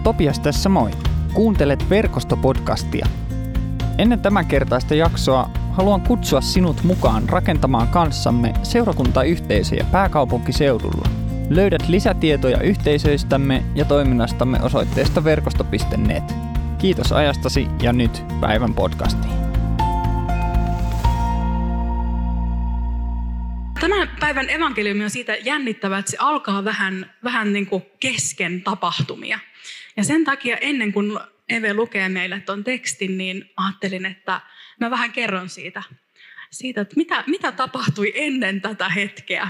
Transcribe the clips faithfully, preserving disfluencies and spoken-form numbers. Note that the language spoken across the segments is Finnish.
Topias tässä moi. Kuuntelet Verkosto-podcastia. Ennen tämänkertaista jaksoa haluan kutsua sinut mukaan rakentamaan kanssamme seurakuntayhteisöjä pääkaupunkiseudulla. Löydät lisätietoja yhteisöistämme ja toiminnastamme osoitteesta verkosto piste net. Kiitos ajastasi ja nyt päivän podcastiin. Tämän päivän evankeliumi on siitä jännittävä, että se alkaa vähän, vähän niin kuin kesken tapahtumia. Ja sen takia ennen kuin Eve lukee meille tuon tekstin, niin ajattelin, että mä vähän kerron siitä, siitä että mitä, mitä tapahtui ennen tätä hetkeä.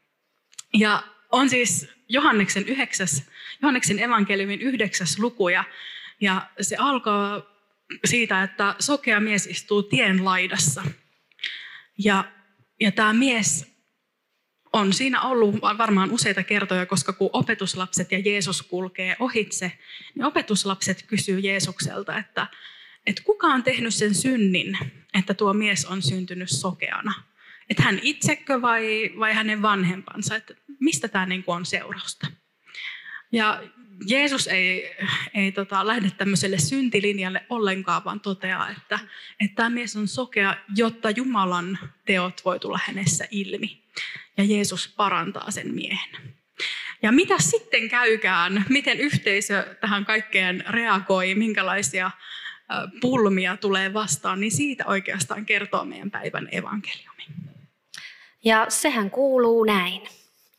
Ja on siis Johanneksen, yhdeksäs, Johanneksen evankeliumin yhdeksäs luku ja, ja se alkaa siitä, että sokea mies istuu tien laidassa. Ja, ja tämä mies on siinä ollut varmaan useita kertoja, koska kun opetuslapset ja Jeesus kulkee ohitse, niin opetuslapset kysyy Jeesukselta, että, että kuka on tehnyt sen synnin, että tuo mies on syntynyt sokeana. Että hän itsekö vai, vai hänen vanhempansa, että mistä tämä niin kuin on seurausta. Ja Jeesus ei, ei tota, lähde tämmöiselle syntilinjalle ollenkaan, vaan toteaa, että, että tämä mies on sokea, jotta Jumalan teot voi tulla hänessä ilmi. Ja Jeesus parantaa sen miehen. Ja mitä sitten käykään, miten yhteisö tähän kaikkeen reagoi, minkälaisia pulmia tulee vastaan, niin siitä oikeastaan kertoo meidän päivän evankeliumi. Ja sehän kuuluu näin.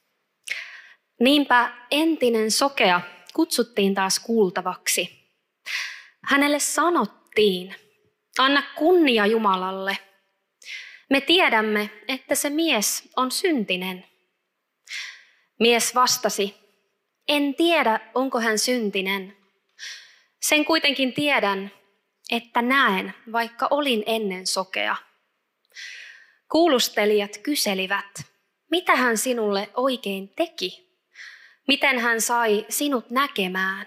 Niinpä entinen sokea kutsuttiin taas kuultavaksi. Hänelle sanottiin, anna kunnia Jumalalle. Me tiedämme, että se mies on syntinen. Mies vastasi, en tiedä, onko hän syntinen. Sen kuitenkin tiedän, että näen, vaikka olin ennen sokea. Kuulustelijat kyselivät, mitä hän sinulle oikein teki? Miten hän sai sinut näkemään?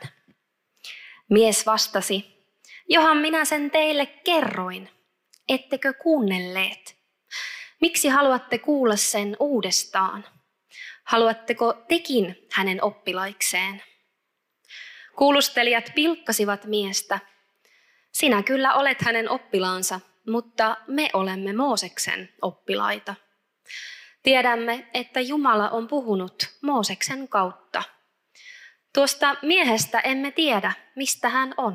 Mies vastasi, johan minä sen teille kerroin, ettekö kuunnelleet? Miksi haluatte kuulla sen uudestaan? Haluatteko tekin hänen oppilaikseen? Kuulustelijat pilkkasivat miestä. Sinä kyllä olet hänen oppilaansa, mutta me olemme Mooseksen oppilaita. Tiedämme, että Jumala on puhunut Mooseksen kautta. Tuosta miehestä emme tiedä, mistä hän on.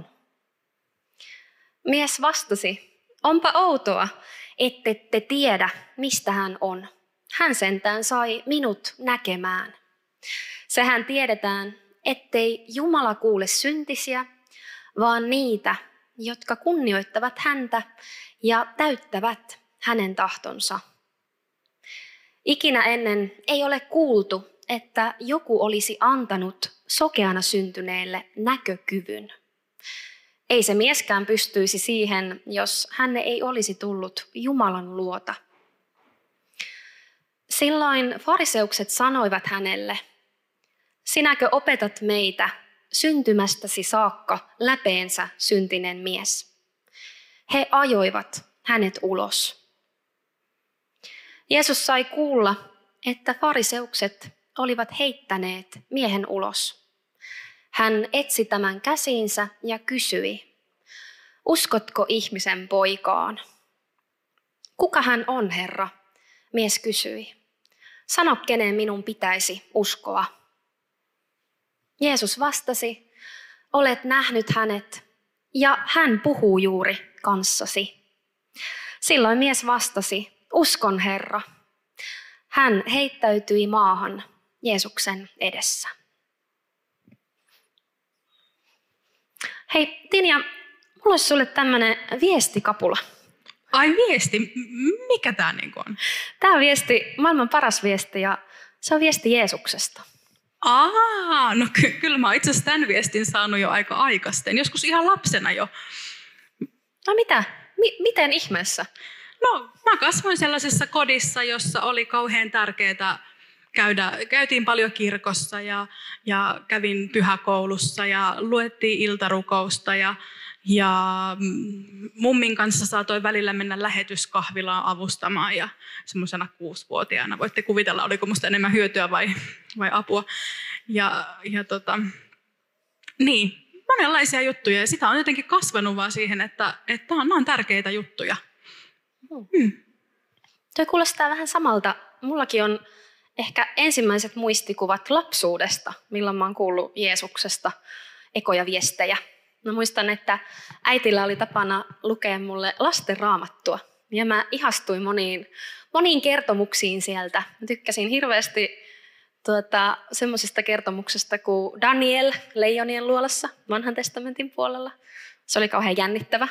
Mies vastasi, onpa outoa, ette te tiedä, mistä hän on. Hän sentään sai minut näkemään. Sehän tiedetään, ettei Jumala kuule syntisiä, vaan niitä, jotka kunnioittavat häntä ja täyttävät hänen tahtonsa. Ikinä ennen ei ole kuultu, että joku olisi antanut sokeana syntyneelle näkökyvyn. Ei se mieskään pystyisi siihen, jos hän ei olisi tullut Jumalan luota. Silloin fariseukset sanoivat hänelle, sinäkö opetat meitä syntymästäsi saakka läpeensä syntinen mies? He ajoivat hänet ulos. Jeesus sai kuulla, että fariseukset olivat heittäneet miehen ulos. Hän etsi tämän käsiinsä ja kysyi, uskotko ihmisen poikaan? Kuka hän on, Herra? Mies kysyi. Sano, kenen minun pitäisi uskoa. Jeesus vastasi, olet nähnyt hänet ja hän puhuu juuri kanssasi. Silloin mies vastasi, uskon Herra. Hän heittäytyi maahan Jeesuksen edessä. Hei Tinja, mulla olisi sulle tämmöinen viestikapula. Ai viesti? Mikä tämä niinku on? Tämä on viesti, maailman paras viesti ja se on viesti Jeesuksesta. Aa, no ky- kyllä mä itse asiassa tämän viestin saanut jo aika aikaisten, joskus ihan lapsena jo. No mitä? M- miten ihmeessä? No mä kasvoin sellaisessa kodissa, jossa oli kauhean tärkeää käydä, käytiin paljon kirkossa ja, ja kävin pyhäkoulussa ja luettiin iltarukousta ja Ja mummin kanssa saatoin välillä mennä lähetyskahvilaan avustamaan ja semmoisena kuusivuotiaana. Voitte kuvitella, oliko musta enemmän hyötyä vai, vai apua. Ja, ja tota, niin, monenlaisia juttuja ja sitä on jotenkin kasvanut vaan siihen, että, että nämä on tärkeitä juttuja. Hmm. Tuo kuulostaa vähän samalta. Mullakin on ehkä ensimmäiset muistikuvat lapsuudesta, milloin mä oon kuullut Jeesuksesta ekoja viestejä. Mä muistan, että äitillä oli tapana lukea mulle lasten raamattua. Ja mä ihastuin moniin, moniin kertomuksiin sieltä. Mä tykkäsin hirveästi tuota, semmoisesta kertomuksesta kuin Daniel leijonien luolassa vanhan testamentin puolella. Se oli kauhean jännittävä.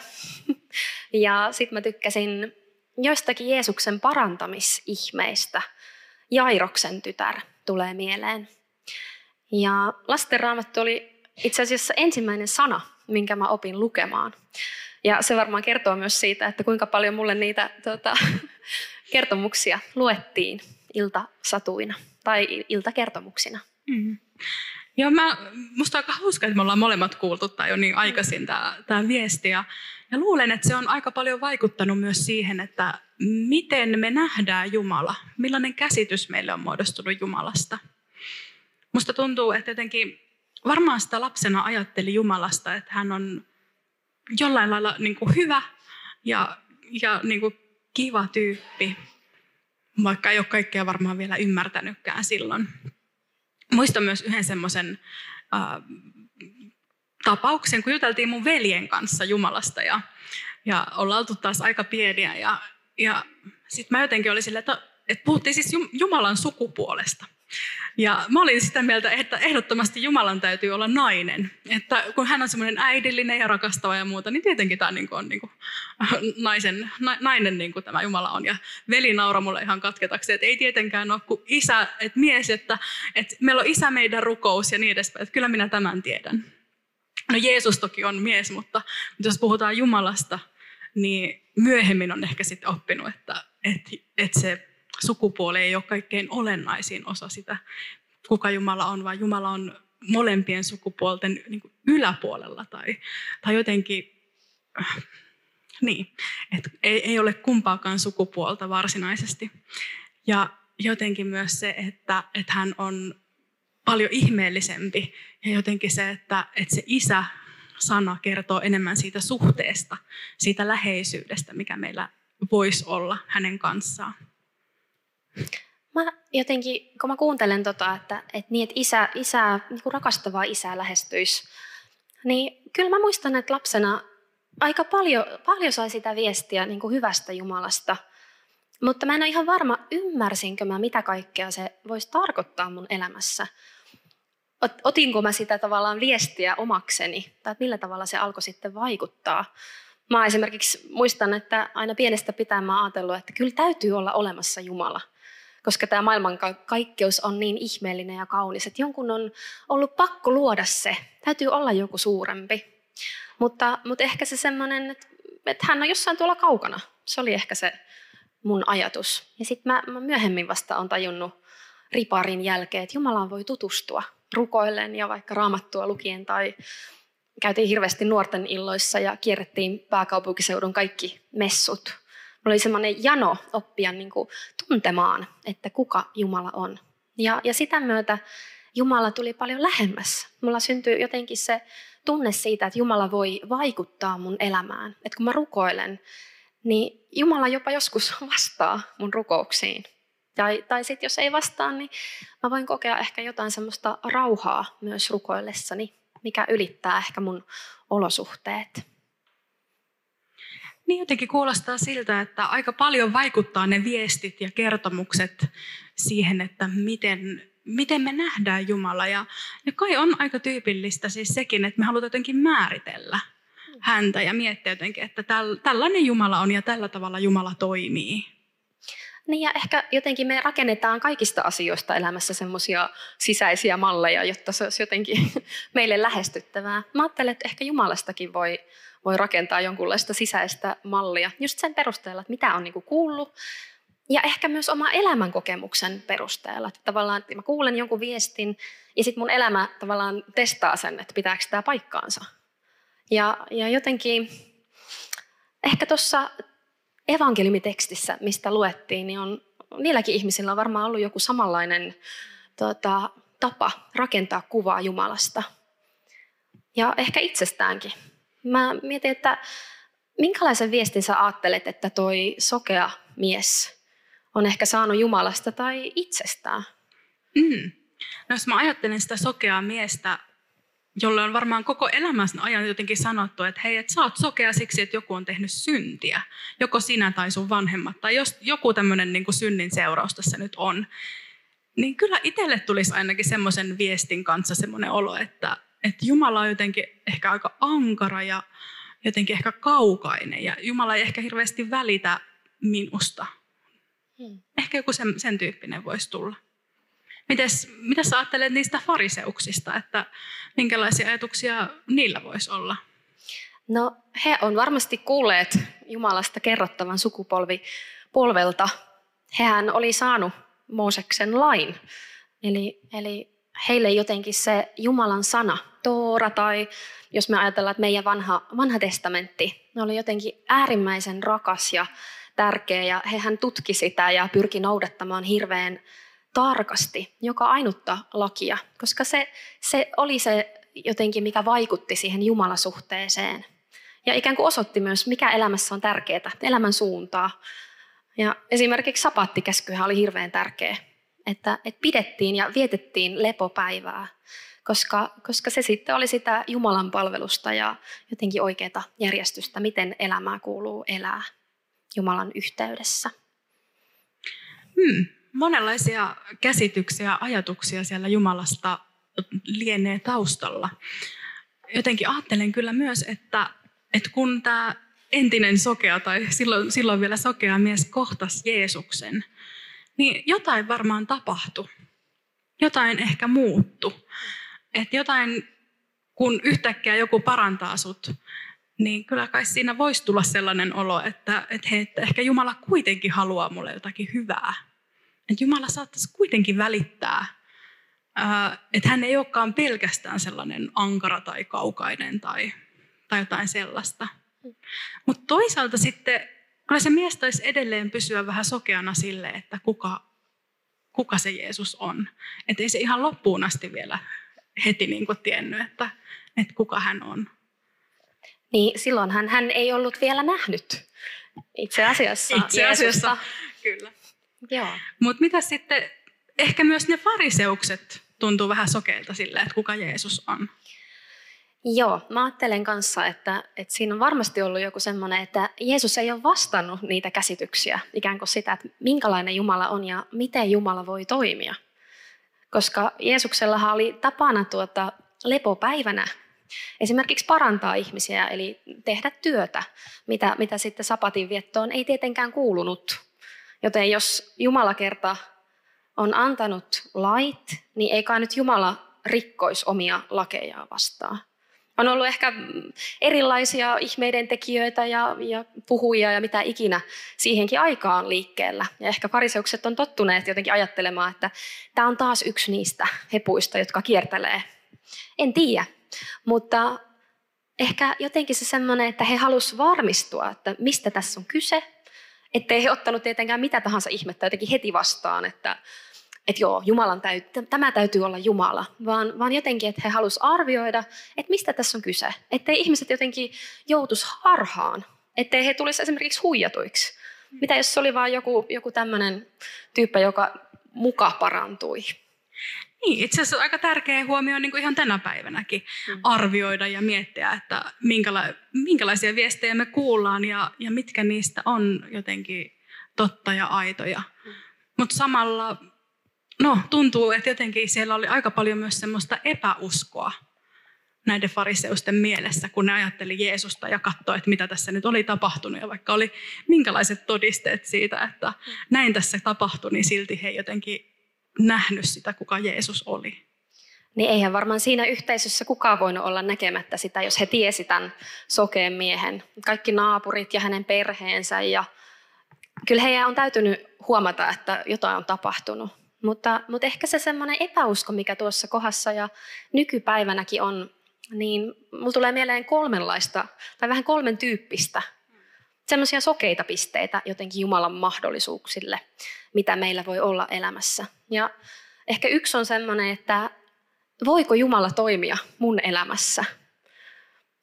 Ja sitten mä tykkäsin joistakin Jeesuksen parantamisihmeistä. Jairoksen tytär tulee mieleen. Ja lastenraamattu oli itse asiassa ensimmäinen sana, minkä mä opin lukemaan. Ja se varmaan kertoo myös siitä, että kuinka paljon mulle niitä tuota, kertomuksia luettiin iltasatuina tai iltakertomuksina. Mm. Ja mä, musta on aika hauska, että me ollaan molemmat kuultu tai jo niin aikaisin tämä, tämä viesti. Ja, ja luulen, että se on aika paljon vaikuttanut myös siihen, että miten me nähdään Jumala. Millainen käsitys meille on muodostunut Jumalasta. Musta tuntuu, että jotenkin varmaan sitä lapsena ajatteli Jumalasta, että hän on jollain lailla niin kuin hyvä ja, ja niin kuin kiva tyyppi, vaikka ei ole kaikkea varmaan vielä ymmärtänytkään silloin. Muistan myös yhden semmoisen äh, tapauksen, kun juteltiin mun veljen kanssa Jumalasta ja, ja ollaan oltu taas aika pieniä. Ja, ja sitten mä jotenkin olin silleen, että, että puhuttiin siis Jumalan sukupuolesta. Ja mä olin sitä mieltä, että ehdottomasti Jumalan täytyy olla nainen. Että kun hän on semmoinen äidillinen ja rakastava ja muuta, niin tietenkin tämä niin kuin on niin kuin naisen, na, nainen niin kuin tämä Jumala on. Ja veli naura mulle ihan katketaksi, että ei tietenkään ole kuin isä, että mies, että, että meillä on isä meidän rukous ja niin edespäin. Että kyllä minä tämän tiedän. No Jeesus toki on mies, mutta jos puhutaan Jumalasta, niin myöhemmin on ehkä sitten oppinut, että, että, että se sukupuoli ei ole kaikkein olennaisin osa sitä, kuka Jumala on, vaan Jumala on molempien sukupuolten niin kuin yläpuolella tai, tai jotenkin, äh, niin, että ei, ei ole kumpaakaan sukupuolta varsinaisesti. Ja jotenkin myös se, että, että hän on paljon ihmeellisempi ja jotenkin se, että, että se isä-sana kertoo enemmän siitä suhteesta, siitä läheisyydestä, mikä meillä voisi olla hänen kanssaan. Mä jotenkin, kun mä kuuntelen tota, että, että, niin, että isä, isä, niin kuin rakastavaa isää lähestyisi, niin kyllä mä muistan, että lapsena aika paljon, paljon sai sitä viestiä niin kuin hyvästä Jumalasta, mutta mä en ole ihan varma, ymmärsinkö mä, mitä kaikkea se voisi tarkoittaa mun elämässä. Otinko mä sitä tavallaan viestiä omakseni, tai millä tavalla se alkoi sitten vaikuttaa. Mä esimerkiksi muistan, että aina pienestä pitäen mä oon ajatellut, että kyllä täytyy olla olemassa Jumala. Koska tämä maailmankaikkeus on niin ihmeellinen ja kaunis, että jonkun on ollut pakko luoda se. Täytyy olla joku suurempi. Mutta, mutta ehkä se semmoinen, että, että hän on jossain tuolla kaukana. Se oli ehkä se mun ajatus. Ja sitten mä, mä myöhemmin vasta olen tajunnut riparin jälkeen, että Jumalaan voi tutustua rukoillen ja vaikka raamattua lukien tai käytiin hirveästi nuorten illoissa ja kierrettiin pääkaupunkiseudun kaikki messut. Mulla oli semmoinen jano oppia niin kuin tuntemaan, että kuka Jumala on. Ja, ja sitä myötä Jumala tuli paljon lähemmäs. Mulla syntyi jotenkin se tunne siitä, että Jumala voi vaikuttaa mun elämään. Että kun mä rukoilen, niin Jumala jopa joskus vastaa mun rukouksiin. Tai, tai sitten jos ei vastaa, niin mä voin kokea ehkä jotain semmoista rauhaa myös rukoillessani, mikä ylittää ehkä mun olosuhteet. Niin jotenkin kuulostaa siltä, että aika paljon vaikuttaa ne viestit ja kertomukset siihen, että miten, miten me nähdään Jumala. Ja, ja kai on aika tyypillistä siis sekin, että me halutaan jotenkin määritellä häntä ja miettiä jotenkin, että täl, tällainen Jumala on ja tällä tavalla Jumala toimii. Niin ja ehkä jotenkin me rakennetaan kaikista asioista elämässä semmoisia sisäisiä malleja, jotta se olisi jotenkin meille lähestyttävää. Mä ajattelen, että ehkä Jumalastakin voi, voi rakentaa jonkunlaista sisäistä mallia just sen perusteella, että mitä on niinku kuullut ja ehkä myös oma elämänkokemuksen perusteella. Että tavallaan että mä kuulen jonkun viestin ja sitten mun elämä tavallaan testaa sen, että pitääkö tämä paikkaansa. Ja, ja jotenkin ehkä tuossa evankeliumitekstissä, mistä luettiin, niin on, niilläkin ihmisillä on varmaan ollut joku samanlainen tota, tapa rakentaa kuvaa Jumalasta. ja ehkä itsestäänkin. Mä mietin, että minkälaisen viestin sä ajattelet, että toi sokea mies on ehkä saanut Jumalasta tai itsestään? Mm. No jos mä ajattelen sitä sokeaa miestä, jolle on varmaan koko elämänsä ajan jotenkin sanottu, että hei, että sä oot sokea siksi, että joku on tehnyt syntiä. Joko sinä tai sun vanhemmat, tai jos joku tämmöinen niin kuin synnin seuraus tässä nyt on. Niin kyllä itselle tulisi ainakin semmoisen viestin kanssa semmoinen olo, että, että Jumala on jotenkin ehkä aika ankara ja jotenkin ehkä kaukainen. Ja Jumala ei ehkä hirveästi välitä minusta. Hmm. Ehkä joku sen, sen tyyppinen voisi tulla. Mites, mitä sä ajattelet niistä fariseuksista, että minkälaisia ajatuksia niillä voisi olla? No he on varmasti kuulleet Jumalasta kerrottavan sukupolvi polvelta. Hehän oli saanut Mooseksen lain. Eli, eli heille jotenkin se Jumalan sana, Toora tai jos me ajatellaan, että meidän vanha, vanha testamentti, ne oli jotenkin äärimmäisen rakas ja tärkeä ja hehän tutki sitä ja pyrki noudattamaan hirveän tarkasti joka ainutta lakia, koska se, se oli se jotenkin, mikä vaikutti siihen Jumalasuhteeseen. Ja ikään kuin osoitti myös, mikä elämässä on tärkeää, elämän suuntaa. Ja esimerkiksi sapaattikäskyhän oli hirveän tärkeä, että, että pidettiin ja vietettiin lepopäivää, koska, koska se sitten oli sitä Jumalan palvelusta ja jotenkin oikeaa järjestystä, miten elämää kuuluu elää Jumalan yhteydessä. Hmm. Monenlaisia käsityksiä ja ajatuksia siellä Jumalasta lienee taustalla. Jotenkin ajattelen kyllä myös, että, että kun tämä entinen sokea tai silloin, silloin vielä sokea mies kohtasi Jeesuksen, niin jotain varmaan tapahtui. Jotain ehkä muuttui. Että jotain, kun yhtäkkiä joku parantaa sut, niin kyllä kai siinä voisi tulla sellainen olo, että, että, hei, että ehkä Jumala kuitenkin haluaa mulle jotakin hyvää. Että Jumala saattaisi kuitenkin välittää, että hän ei olekaan pelkästään sellainen ankara tai kaukainen tai, tai jotain sellaista. Mutta toisaalta sitten, kyllä se mies taisi edelleen pysyä vähän sokeana sille, että kuka, kuka se Jeesus on. Että ei se ihan loppuun asti vielä heti niin kuin tiennyt, että, että kuka hän on. Niin silloinhan hän ei ollut vielä nähnyt itse asiassa Itse asiassa, Jeesusta. Kyllä. Mutta mitä sitten, ehkä myös ne fariseukset tuntuu vähän sokeilta sille, että kuka Jeesus on. Joo, mä ajattelen kanssa, että, että siinä on varmasti ollut joku semmoinen, että Jeesus ei ole vastannut niitä käsityksiä, ikään kuin sitä, että minkälainen Jumala on ja miten Jumala voi toimia. Koska Jeesuksellahan oli tapana tuota lepopäivänä esimerkiksi parantaa ihmisiä, eli tehdä työtä, mitä, mitä sitten sapatin viettoon ei tietenkään kuulunut. Joten jos Jumala kerta on antanut lait, niin ei kai nyt Jumala rikkoisi omia lakejaan vastaan. On ollut ehkä erilaisia ihmeiden tekijöitä ja, ja puhujia ja mitä ikinä siihenkin aikaan liikkeellä. Ja ehkä fariseukset on tottuneet jotenkin ajattelemaan, että tämä on taas yksi niistä hepuista, jotka kiertelee. En tiedä, mutta ehkä jotenkin se semmoinen, että he halusivat varmistua, että mistä tässä on kyse. Että ei he ottanut tietenkään mitä tahansa ihmettä jotenkin heti vastaan, että, että joo, Jumalan täytyy, tämä täytyy olla Jumala, vaan, vaan jotenkin, että he halusivat arvioida, että mistä tässä on kyse. Ettei ihmiset jotenkin joutuisi harhaan, ettei he tulisi esimerkiksi huijatuiksi. Mitä jos se oli vain joku, joku tämmöinen tyyppi, joka muka parantui? Niin, itse asiassa on aika tärkeä huomio niin kuin ihan tänä päivänäkin mm. arvioida ja miettiä, että minkäla- minkälaisia viestejä me kuullaan ja, ja mitkä niistä on jotenkin totta ja aitoja. Mm. Mutta samalla no, tuntuu, että jotenkin siellä oli aika paljon myös semmoista epäuskoa näiden fariseusten mielessä, kun ne ajatteli Jeesusta ja katsoi, että mitä tässä nyt oli tapahtunut. Ja vaikka oli minkälaiset todisteet siitä, että mm. näin tässä tapahtui, niin silti he jotenkin nähnyt sitä, kuka Jeesus oli. Niin eihän varmaan siinä yhteisössä kukaan voinut olla näkemättä sitä, jos he tiesi tämän sokeen miehen. Kaikki naapurit ja hänen perheensä. Ja kyllä heidän on täytynyt huomata, että jotain on tapahtunut. Mutta, mutta ehkä se semmoinen epäusko, mikä tuossa kohdassa ja nykypäivänäkin on, niin mulla tulee mieleen kolmenlaista tai vähän kolmen tyyppistä. Semmoisia sokeita pisteitä jotenkin Jumalan mahdollisuuksille, mitä meillä voi olla elämässä. Ja ehkä yksi on semmoinen, että voiko Jumala toimia mun elämässä?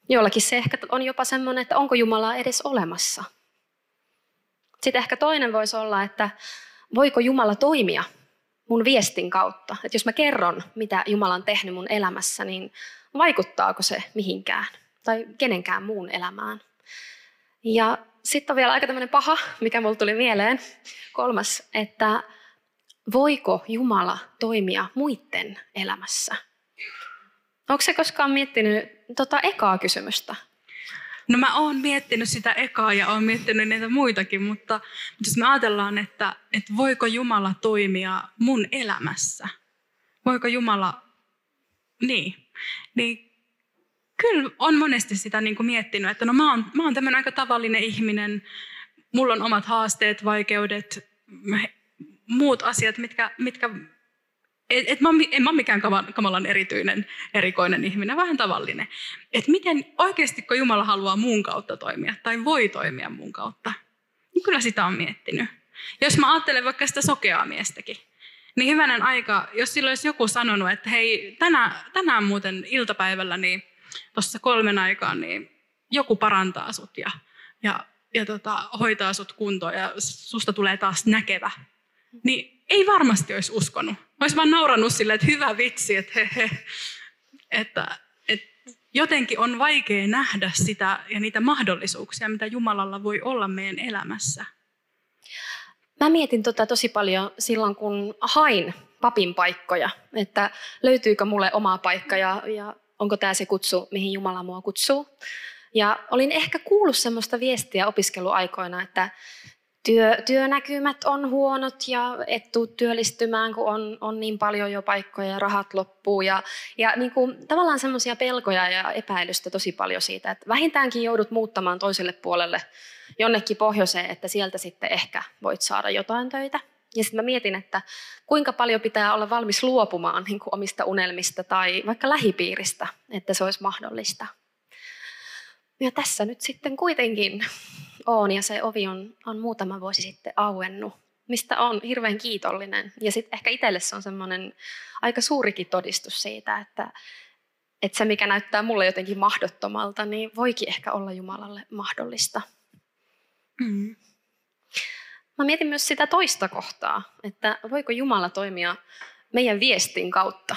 Jollakin se ehkä on jopa semmoinen, että onko Jumalaa edes olemassa. Sitten ehkä toinen voisi olla, että voiko Jumala toimia mun viestin kautta. Että jos mä kerron, mitä Jumala on tehnyt mun elämässä, niin vaikuttaako se mihinkään tai kenenkään muun elämään. Ja sitten on vielä aika tämmöinen paha, mikä mulle tuli mieleen, kolmas, että voiko Jumala toimia muiden elämässä? Onko se koskaan miettinyt tota ekaa kysymystä? No mä oon miettinyt sitä ekaa ja oon miettinyt niitä muitakin, mutta, mutta jos me ajatellaan, että, että voiko Jumala toimia mun elämässä, voiko Jumala, niin, niin kyllä on monesti sitä niin kuin miettinyt, että no mä oon, mä oon tämmöinen aika tavallinen ihminen, mulla on omat haasteet, vaikeudet, muut asiat, mitkä, mitkä et, et mä, en mä ole mikään kamalan erityinen, erikoinen ihminen, vähän tavallinen. Että miten oikeasti, kun Jumala haluaa mun kautta toimia tai voi toimia mun kautta, niin kyllä sitä on miettinyt. Jos mä ajattelen vaikka sitä sokeaa miestäkin, niin hyvänen aika, jos silloin olisi joku sanonut, että hei, tänään, tänään muuten iltapäivällä, niin tuossa kolmen aikaan, niin joku parantaa sut ja, ja, ja tota, hoitaa sut kuntoon ja susta tulee taas näkevä, niin ei varmasti olisi uskonut. Olisi vaan naurannut silleen, että hyvä vitsi, että he, he. Että, että jotenkin on vaikea nähdä sitä ja niitä mahdollisuuksia, mitä Jumalalla voi olla meidän elämässä. Mä mietin tota tosi paljon silloin, kun hain papin paikkoja, että löytyykö mulle oma paikka ja, ja onko tämä se kutsu, mihin Jumala mua kutsuu. Ja olin ehkä kuullut semmoista viestiä opiskeluaikoina, että Työ, työnäkymät on huonot ja et tuu työllistymään, kun on, on niin paljon jo paikkoja ja rahat loppuu. Ja, ja niin kuin, tavallaan semmoisia pelkoja ja epäilystä tosi paljon siitä, että vähintäänkin joudut muuttamaan toiselle puolelle jonnekin pohjoiseen, että sieltä sitten ehkä voit saada jotain töitä. Ja sitten mä mietin, että kuinka paljon pitää olla valmis luopumaan niin kuin omista unelmista tai vaikka lähipiiristä, että se olisi mahdollista. Ja tässä nyt sitten kuitenkin on ja se ovi on, on muutama vuosi sitten auennut, mistä on hirveän kiitollinen. Ja sitten ehkä itselle se on semmoinen aika suurikin todistus siitä, että, että se mikä näyttää mulle jotenkin mahdottomalta, niin voikin ehkä olla Jumalalle mahdollista. Mm. Mä mietin myös sitä toista kohtaa, että voiko Jumala toimia meidän viestin kautta.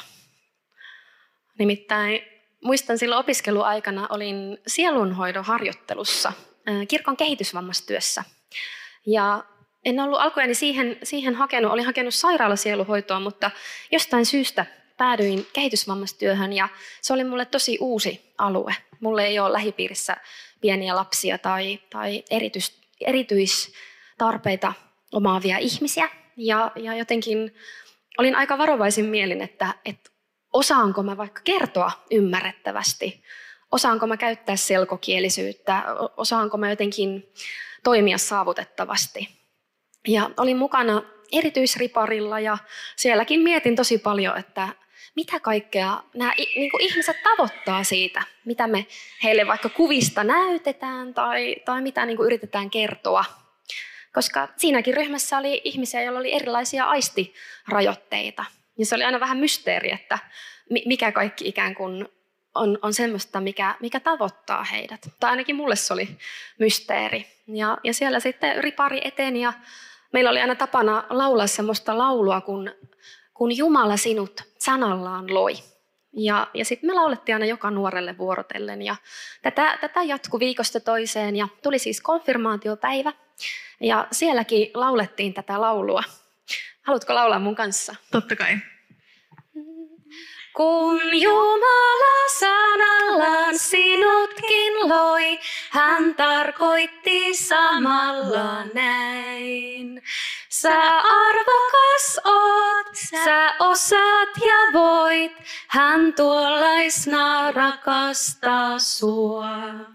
Nimittäin muistan silloin opiskeluaikana olin sielunhoidon harjoittelussa kirkon kehitysvammaistyössä. Ja en ollut alkujani siihen, siihen hakenut, olin hakenut sairaalasieluhoitoa, mutta jostain syystä päädyin kehitysvammaistyöhön ja se oli mulle tosi uusi alue. Mulle ei ole lähipiirissä pieniä lapsia tai, tai erityis, erityistarpeita omaavia ihmisiä. Ja, ja jotenkin olin aika varovaisin mielin, että, että osaanko mä vaikka kertoa ymmärrettävästi, osaanko mä käyttää selkokielisyyttä, osaanko mä jotenkin toimia saavutettavasti. Ja olin mukana erityisriparilla ja sielläkin mietin tosi paljon, että mitä kaikkea nämä niin kuin ihmiset tavoittaa siitä, mitä me heille vaikka kuvista näytetään tai, tai mitä niin kuin yritetään kertoa. Koska siinäkin ryhmässä oli ihmisiä, joilla oli erilaisia aistirajoitteita. Ja se oli aina vähän mysteeri, että mikä kaikki ikään kuin on, on semmoista, mikä, mikä tavoittaa heidät. Tai ainakin mulle se oli mysteeri. Ja, ja siellä sitten ripari eteni ja meillä oli aina tapana laulaa semmoista laulua, kun, kun Jumala sinut sanallaan loi. Ja, ja sitten me laulettiin aina joka nuorelle vuorotellen. Ja tätä, tätä jatkui viikosta toiseen ja tuli siis konfirmaatiopäivä. Ja sielläkin laulettiin tätä laulua. Haluatko laulaa mun kanssa? Totta kai. Kun Jumala sanallaan sinutkin loi, hän tarkoitti samalla näin. Sä arvokas oot, sä osaat ja voit, hän tuollaisena rakastaa sua.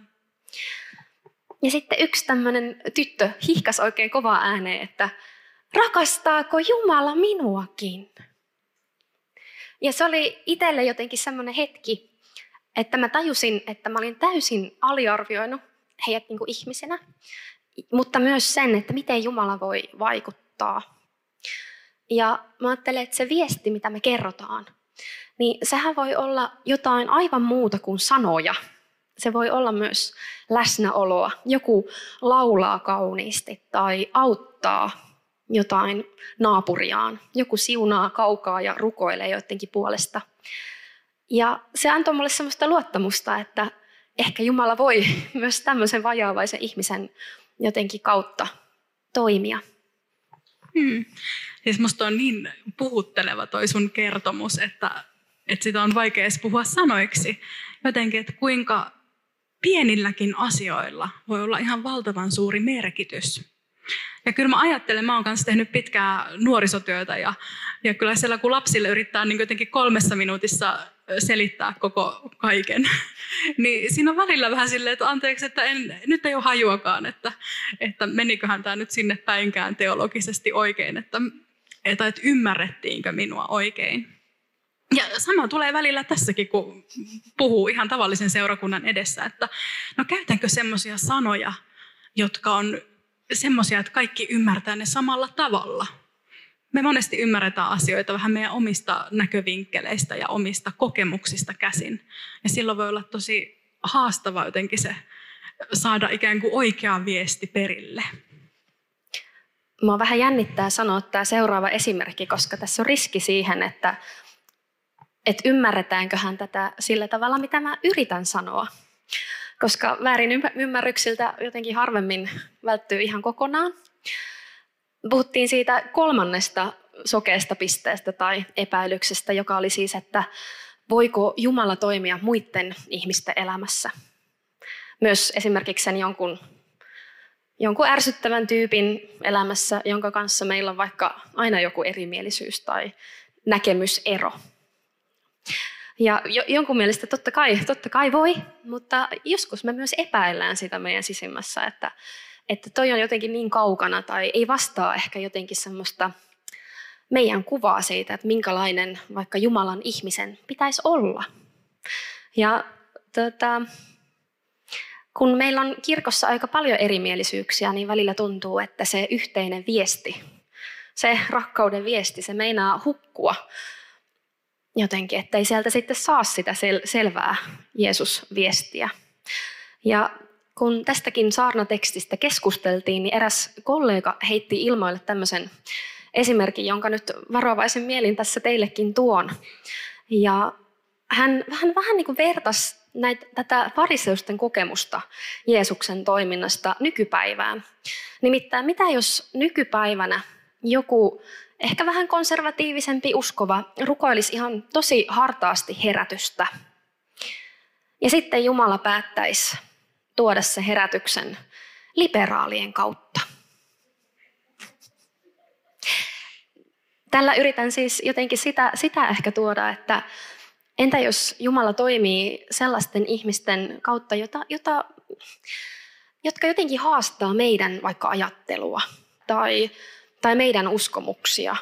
Ja sitten yksi tämmöinen tyttö hihkas oikein kovaa ääneen, että rakastaako Jumala minuakin? Ja se oli itselle jotenkin semmoinen hetki, että mä tajusin, että mä olin täysin aliarvioinut heidät niin kuin ihmisenä, mutta myös sen, että miten Jumala voi vaikuttaa. Ja mä ajattelen, että se viesti, mitä me kerrotaan, niin sehän voi olla jotain aivan muuta kuin sanoja. Se voi olla myös läsnäoloa. Joku laulaa kauniisti tai auttaa jotain naapuriaan. Joku siunaa kaukaa ja rukoilee joidenkin puolesta. Ja se antoi mulle sellaista luottamusta, että ehkä Jumala voi myös tämmöisen vajaavaisen ihmisen jotenkin kautta toimia. Hmm. Siis musta on niin puhutteleva toi sun kertomus, että, että sitä on vaikea edes puhua sanoiksi. Jotenkin, että kuinka pienilläkin asioilla voi olla ihan valtavan suuri merkitys. Ja kyllä mä ajattelen, mä oon kanssa tehnyt pitkää nuorisotyötä ja, ja kyllä siellä kun lapsille yrittää niin jotenkin kolmessa minuutissa selittää koko kaiken, niin siinä on välillä vähän silleen, että anteeksi, että en, nyt ei ole hajuakaan, että, että meniköhän tämä nyt sinne päinkään teologisesti oikein, että, että, että ymmärrettiinkö minua oikein. Ja sama tulee välillä tässäkin, kun puhuu ihan tavallisen seurakunnan edessä, että no käytänkö semmoisia sanoja, jotka on semmoisia, että kaikki ymmärtää ne samalla tavalla. Me monesti ymmärretään asioita vähän meidän omista näkövinkkeleistä ja omista kokemuksista käsin. Ja silloin voi olla tosi haastava jotenkin se saada ikään kuin oikea viesti perille. Mua vähän jännittää sanoa tämä seuraava esimerkki, koska tässä on riski siihen, että, että ymmärretäänköhän tätä sillä tavalla, mitä mä yritän sanoa. Koska väärin ymmärryksiltä jotenkin harvemmin välttyy ihan kokonaan. Puhuttiin siitä kolmannesta sokeasta pisteestä tai epäilyksestä, joka oli siis, että voiko Jumala toimia muiden ihmisten elämässä. Myös esimerkiksi sen jonkun, jonkun ärsyttävän tyypin elämässä, jonka kanssa meillä on vaikka aina joku erimielisyys tai näkemysero. Ja jonkun mielestä totta kai, totta kai voi, mutta joskus me myös epäillään sitä meidän sisimmässä, että, että toi on jotenkin niin kaukana tai ei vastaa ehkä jotenkin semmoista meidän kuvaa siitä, että minkälainen vaikka Jumalan ihmisen pitäisi olla. Ja tota, kun meillä on kirkossa aika paljon erimielisyyksiä, niin välillä tuntuu, että se yhteinen viesti, se rakkauden viesti, se meinaa hukkua jotenkin, ettei sieltä sitten saa sitä sel- selvää Jeesus-viestiä. Ja kun tästäkin saarnatekstistä keskusteltiin, niin eräs kollega heitti ilmoille tämmöisen esimerkin, jonka nyt varovaisen mielin tässä teillekin tuon. Ja hän vähän, vähän niin kuin vertasi näitä, tätä fariseusten kokemusta Jeesuksen toiminnasta nykypäivään. Nimittäin mitä jos nykypäivänä joku ehkä vähän konservatiivisempi uskova rukoilisi ihan tosi hartaasti herätystä. Ja sitten Jumala päättäisi tuoda se herätyksen liberaalien kautta. Tällä yritän siis jotenkin sitä, sitä ehkä tuoda, että entä jos Jumala toimii sellaisten ihmisten kautta, jota, jota, jotka jotenkin haastaa meidän vaikka ajattelua tai tai meidän uskomuksia.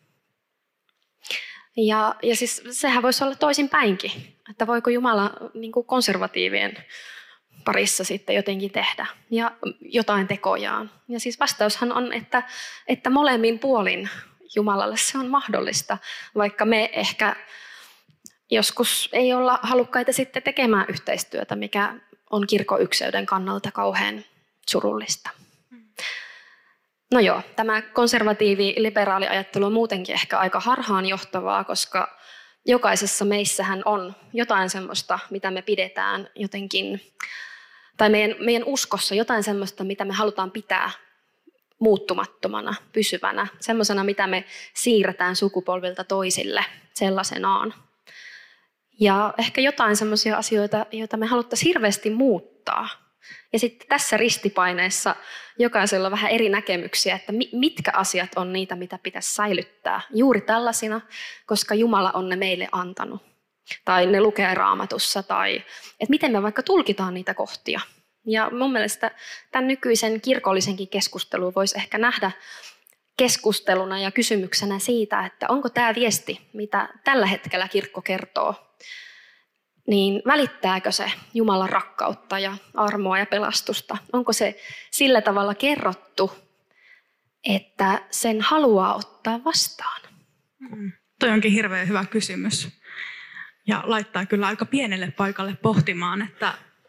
Ja, ja siis sehän voisi olla toisin päinkin, että voiko Jumala niin kuin konservatiivien parissa sitten jotenkin tehdä ja jotain tekojaan. Ja siis vastaushan on, että, että molemmin puolin Jumalalle se on mahdollista, vaikka me ehkä joskus ei olla halukkaita sitten tekemään yhteistyötä, mikä on kirkon ykseyden kannalta kauhean surullista. No joo, tämä konservatiivi-liberaali ajattelu on muutenkin ehkä aika harhaanjohtavaa, koska jokaisessa meissähän on jotain semmoista, mitä me pidetään jotenkin, tai meidän, meidän uskossa jotain semmoista, mitä me halutaan pitää muuttumattomana, pysyvänä, semmoisena, mitä me siirretään sukupolvilta toisille sellaisenaan. Ja ehkä jotain semmoisia asioita, joita me haluttaisiin hirveästi muuttaa. Ja sitten tässä ristipaineessa jokaisella on vähän eri näkemyksiä, että mitkä asiat on niitä, mitä pitäisi säilyttää juuri tällaisina, koska Jumala on ne meille antanut. Tai ne lukee Raamatussa, tai että miten me vaikka tulkitaan niitä kohtia. Ja mun mielestä tämän nykyisen kirkollisenkin keskustelun voisi ehkä nähdä keskusteluna ja kysymyksenä siitä, että onko tämä viesti, mitä tällä hetkellä kirkko kertoo, niin välittääkö se Jumalan rakkautta ja armoa ja pelastusta? Onko se sillä tavalla kerrottu, että sen haluaa ottaa vastaan? Mm. Toi onkin hirveän hyvä kysymys. Ja laittaa kyllä aika pienelle paikalle pohtimaan, että,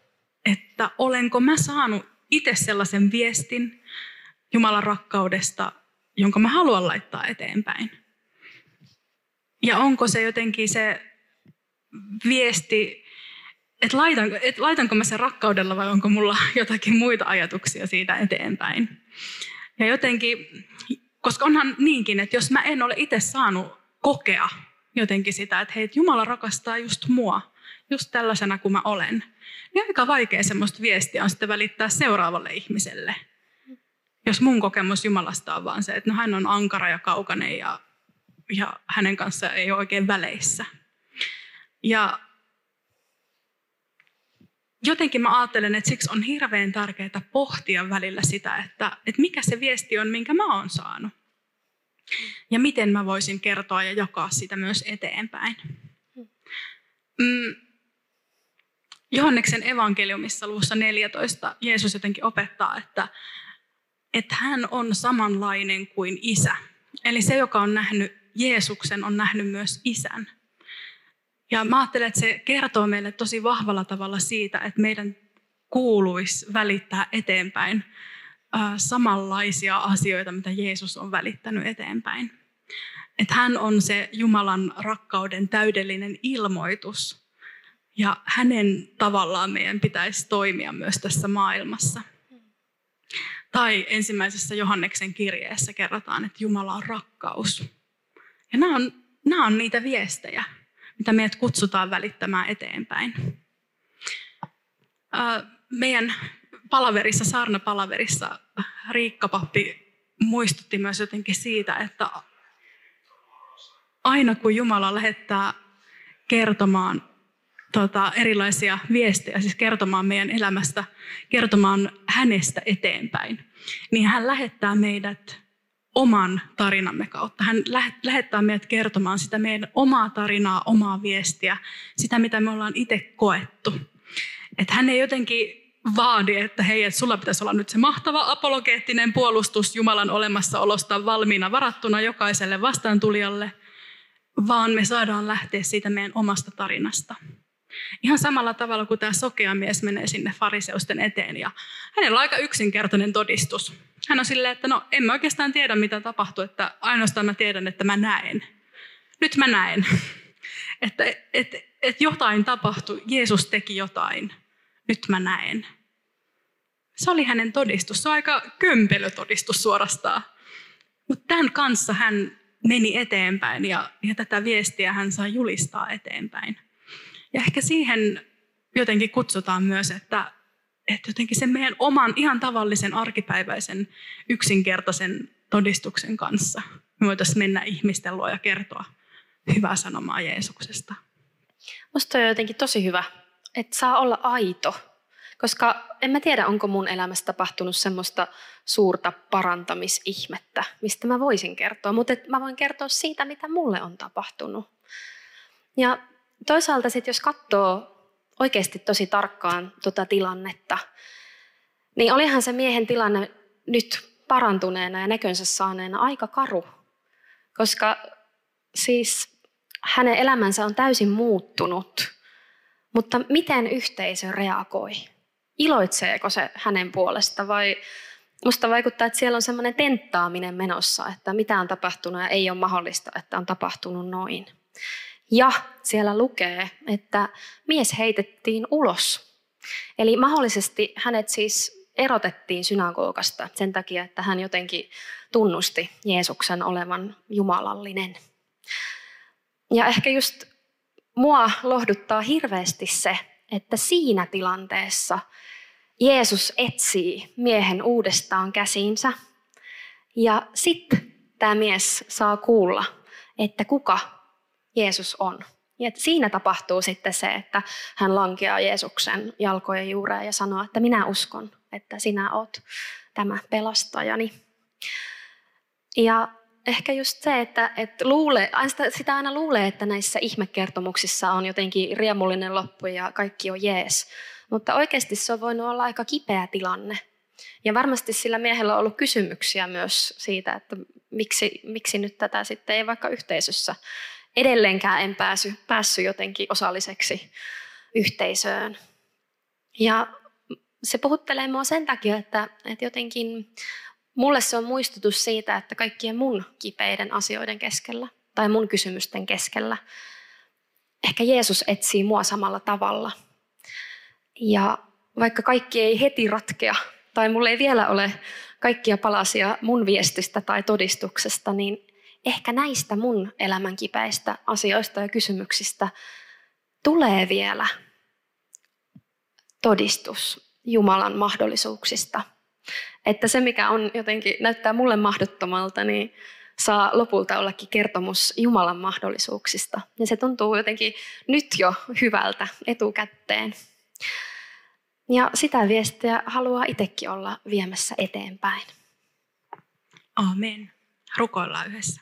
että olenko mä saanut itse sellaisen viestin Jumalan rakkaudesta, jonka mä haluan laittaa eteenpäin. Ja onko se jotenkin se viesti, että laitanko, että laitanko mä sen rakkaudella vai onko mulla jotakin muita ajatuksia siitä eteenpäin. Ja jotenkin, koska onhan niinkin, että jos mä en ole itse saanut kokea jotenkin sitä, että hei, Jumala rakastaa just mua, just tällaisena kuin mä olen, niin aika vaikea semmoista viestiä on sitten välittää seuraavalle ihmiselle. Jos mun kokemus Jumalasta on vaan se, että no hän on ankara ja kaukainen ja, ja hänen kanssaan ei ole oikein väleissä. Ja jotenkin mä ajattelen, että siksi on hirveän tärkeää pohtia välillä sitä, että, että mikä se viesti on, minkä mä oon saanut. Ja miten mä voisin kertoa ja jakaa sitä myös eteenpäin. Mm. Johanneksen evankeliumissa luvussa neljätoista Jeesus jotenkin opettaa, että, että hän on samanlainen kuin isä. Eli se, joka on nähnyt Jeesuksen, on nähnyt myös isän. Ja mä ajattelen, että se kertoo meille tosi vahvalla tavalla siitä, että meidän kuuluisi välittää eteenpäin samanlaisia asioita, mitä Jeesus on välittänyt eteenpäin. Että hän on se Jumalan rakkauden täydellinen ilmoitus. Ja hänen tavallaan meidän pitäisi toimia myös tässä maailmassa. Tai ensimmäisessä Johanneksen kirjeessä kerrotaan, että Jumala on rakkaus. Ja nämä on, nämä on niitä viestejä, mitä meidät kutsutaan välittämään eteenpäin. Meidän palaverissa, saarnapalaverissa Riikka pappi muistutti myös jotenkin siitä, että aina kun Jumala lähettää kertomaan tota, erilaisia viestejä, siis kertomaan meidän elämästä, kertomaan hänestä eteenpäin, niin hän lähettää meidät oman tarinamme kautta. Hän lähettää meidät kertomaan sitä meidän omaa tarinaa, omaa viestiä, sitä mitä me ollaan itse koettu. Että hän ei jotenkin vaadi, että hei, että sulla pitäisi olla nyt se mahtava apologeettinen puolustus Jumalan olemassaolosta valmiina varattuna jokaiselle vastaantulijalle, vaan me saadaan lähteä siitä meidän omasta tarinasta. Ihan samalla tavalla kuin tämä sokea mies menee sinne fariseusten eteen ja hänellä on aika yksinkertainen todistus. Hän on silleen, että no en mä oikeastaan tiedä mitä tapahtuu, että ainoastaan mä tiedän, että mä näen. Nyt mä näen, että et, et jotain tapahtui, Jeesus teki jotain, nyt mä näen. Se oli hänen todistus, se on aika kömpelö todistus suorastaan. Mutta tämän kanssa hän meni eteenpäin ja, ja tätä viestiä hän sai julistaa eteenpäin. Ja ehkä siihen jotenkin kutsutaan myös, että, että jotenkin sen meidän oman ihan tavallisen arkipäiväisen yksinkertaisen todistuksen kanssa me voitaisiin mennä ihmisten luo ja kertoa hyvää sanomaa Jeesuksesta. Musta on jotenkin tosi hyvä, että saa olla aito, koska en mä tiedä, onko mun elämässä tapahtunut semmoista suurta parantamisihmettä, mistä mä voisin kertoa, mutta mä voin kertoa siitä, mitä mulle on tapahtunut. Ja toisaalta sitten, jos katsoo oikeasti tosi tarkkaan tuota tilannetta, niin olihan se miehen tilanne nyt parantuneena ja näkönsä saaneena aika karu, koska siis hänen elämänsä on täysin muuttunut, mutta miten yhteisö reagoi? Iloitseeko se hänen puolesta vai musta vaikuttaa, että siellä on semmoinen tenttaaminen menossa, että mitä on tapahtunut ja ei ole mahdollista, että on tapahtunut noin. Ja siellä lukee, että mies heitettiin ulos. Eli mahdollisesti hänet siis erotettiin synagogasta sen takia, että hän jotenkin tunnusti Jeesuksen olevan jumalallinen. Ja ehkä just mua lohduttaa hirveästi se, että siinä tilanteessa Jeesus etsii miehen uudestaan käsiinsä. Ja sitten tämä mies saa kuulla, että kuka Jeesus on. Ja siinä tapahtuu sitten se, että hän lankeaa Jeesuksen jalkojen juureen ja sanoo, että minä uskon, että sinä oot tämä pelastajani. Ja ehkä just se, että, että luulee, sitä aina luulee, että näissä ihmekertomuksissa on jotenkin riemullinen loppu ja kaikki on jees. Mutta oikeasti se on voinut olla aika kipeä tilanne. Ja varmasti sillä miehellä on ollut kysymyksiä myös siitä, että miksi, miksi nyt tätä sitten ei vaikka yhteisössä edelleenkään en pääsy, päässyt jotenkin osalliseksi yhteisöön. Ja se puhuttelee mua sen takia, että, että jotenkin mulle se on muistutus siitä, että kaikkien mun kipeiden asioiden keskellä tai mun kysymysten keskellä ehkä Jeesus etsii mua samalla tavalla. Ja vaikka kaikki ei heti ratkea tai mulla ei vielä ole kaikkia palasia mun viestistä tai todistuksesta, niin ehkä näistä mun elämän kipeistä asioista ja kysymyksistä tulee vielä todistus Jumalan mahdollisuuksista. Että se, mikä on jotenkin näyttää mulle mahdottomalta, niin saa lopulta ollakin kertomus Jumalan mahdollisuuksista. Ja se tuntuu jotenkin nyt jo hyvältä etukäteen. Ja sitä viestiä haluaa itsekin olla viemässä eteenpäin. Aamen. Rukoillaan yhdessä.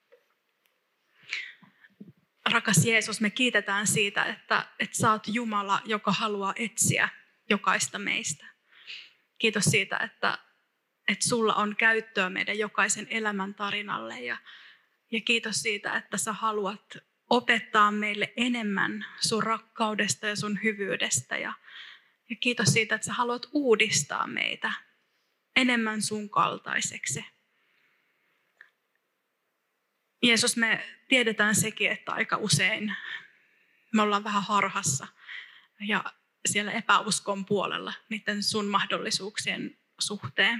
Rakas Jeesus, me kiitetään siitä, että, että sä oot Jumala, joka haluaa etsiä jokaista meistä. Kiitos siitä, että, että sulla on käyttöä meidän jokaisen elämän tarinalle. Ja, ja kiitos siitä, että sä haluat opettaa meille enemmän sun rakkaudesta ja sun hyvyydestä. Ja, ja kiitos siitä, että sä haluat uudistaa meitä enemmän sun kaltaiseksi. Jeesus, me tiedetään sekin, että aika usein me ollaan vähän harhassa ja siellä epäuskon puolella niiden sun mahdollisuuksien suhteen.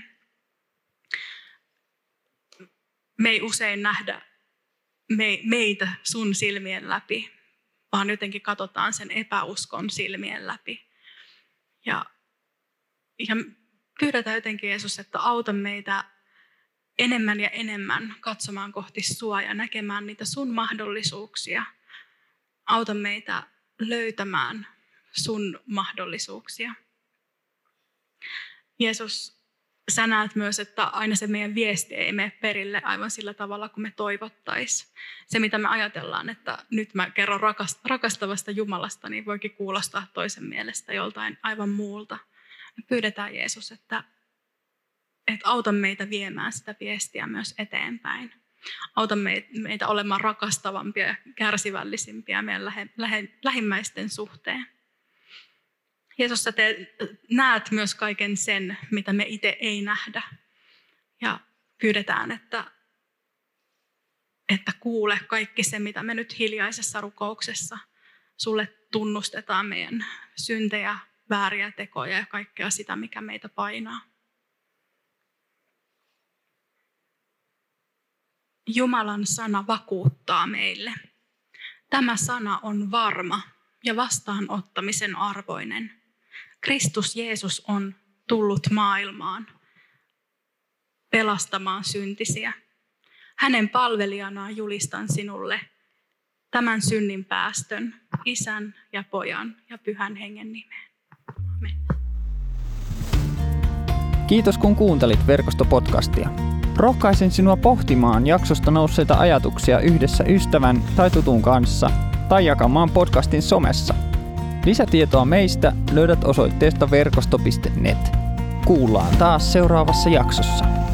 Me ei usein nähdä meitä sun silmien läpi, vaan jotenkin katsotaan sen epäuskon silmien läpi. Ja, ja pyydetään jotenkin, Jeesus, että auta meitä enemmän ja enemmän katsomaan kohti sua ja näkemään niitä sun mahdollisuuksia. Auta meitä löytämään sun mahdollisuuksia. Jeesus, sä näet myös, että aina se meidän viesti ei mene perille aivan sillä tavalla, kuin me toivottaisiin. Se, mitä me ajatellaan, että nyt mä kerron rakastavasta Jumalasta, niin voikin kuulostaa toisen mielestä joltain aivan muulta. Me pyydetään, Jeesus, että että auta meitä viemään sitä viestiä myös eteenpäin. Auta meitä olemaan rakastavampia ja kärsivällisimpiä meidän lähe, lähe, lähimmäisten suhteen. Jeesus, sä te näet myös kaiken sen, mitä me itse ei nähdä. Ja pyydetään, että, että kuule kaikki se, mitä me nyt hiljaisessa rukouksessa sulle tunnustetaan meidän syntejä, vääriä tekoja ja kaikkea sitä, mikä meitä painaa. Jumalan sana vakuuttaa meille. Tämä sana on varma ja vastaanottamisen arvoinen. Kristus Jeesus on tullut maailmaan pelastamaan syntisiä. Hänen palvelijanaan julistan sinulle tämän synnin päästön, Isän ja Pojan ja Pyhän Hengen nimeen. Amen. Kiitos kun kuuntelit Verkosto-podcastia. Rohkaisen sinua pohtimaan jaksosta nousseita ajatuksia yhdessä ystävän tai tutun kanssa tai jakamaan podcastin somessa. Lisätietoa meistä löydät osoitteesta verkosto piste net. Kuullaan taas seuraavassa jaksossa.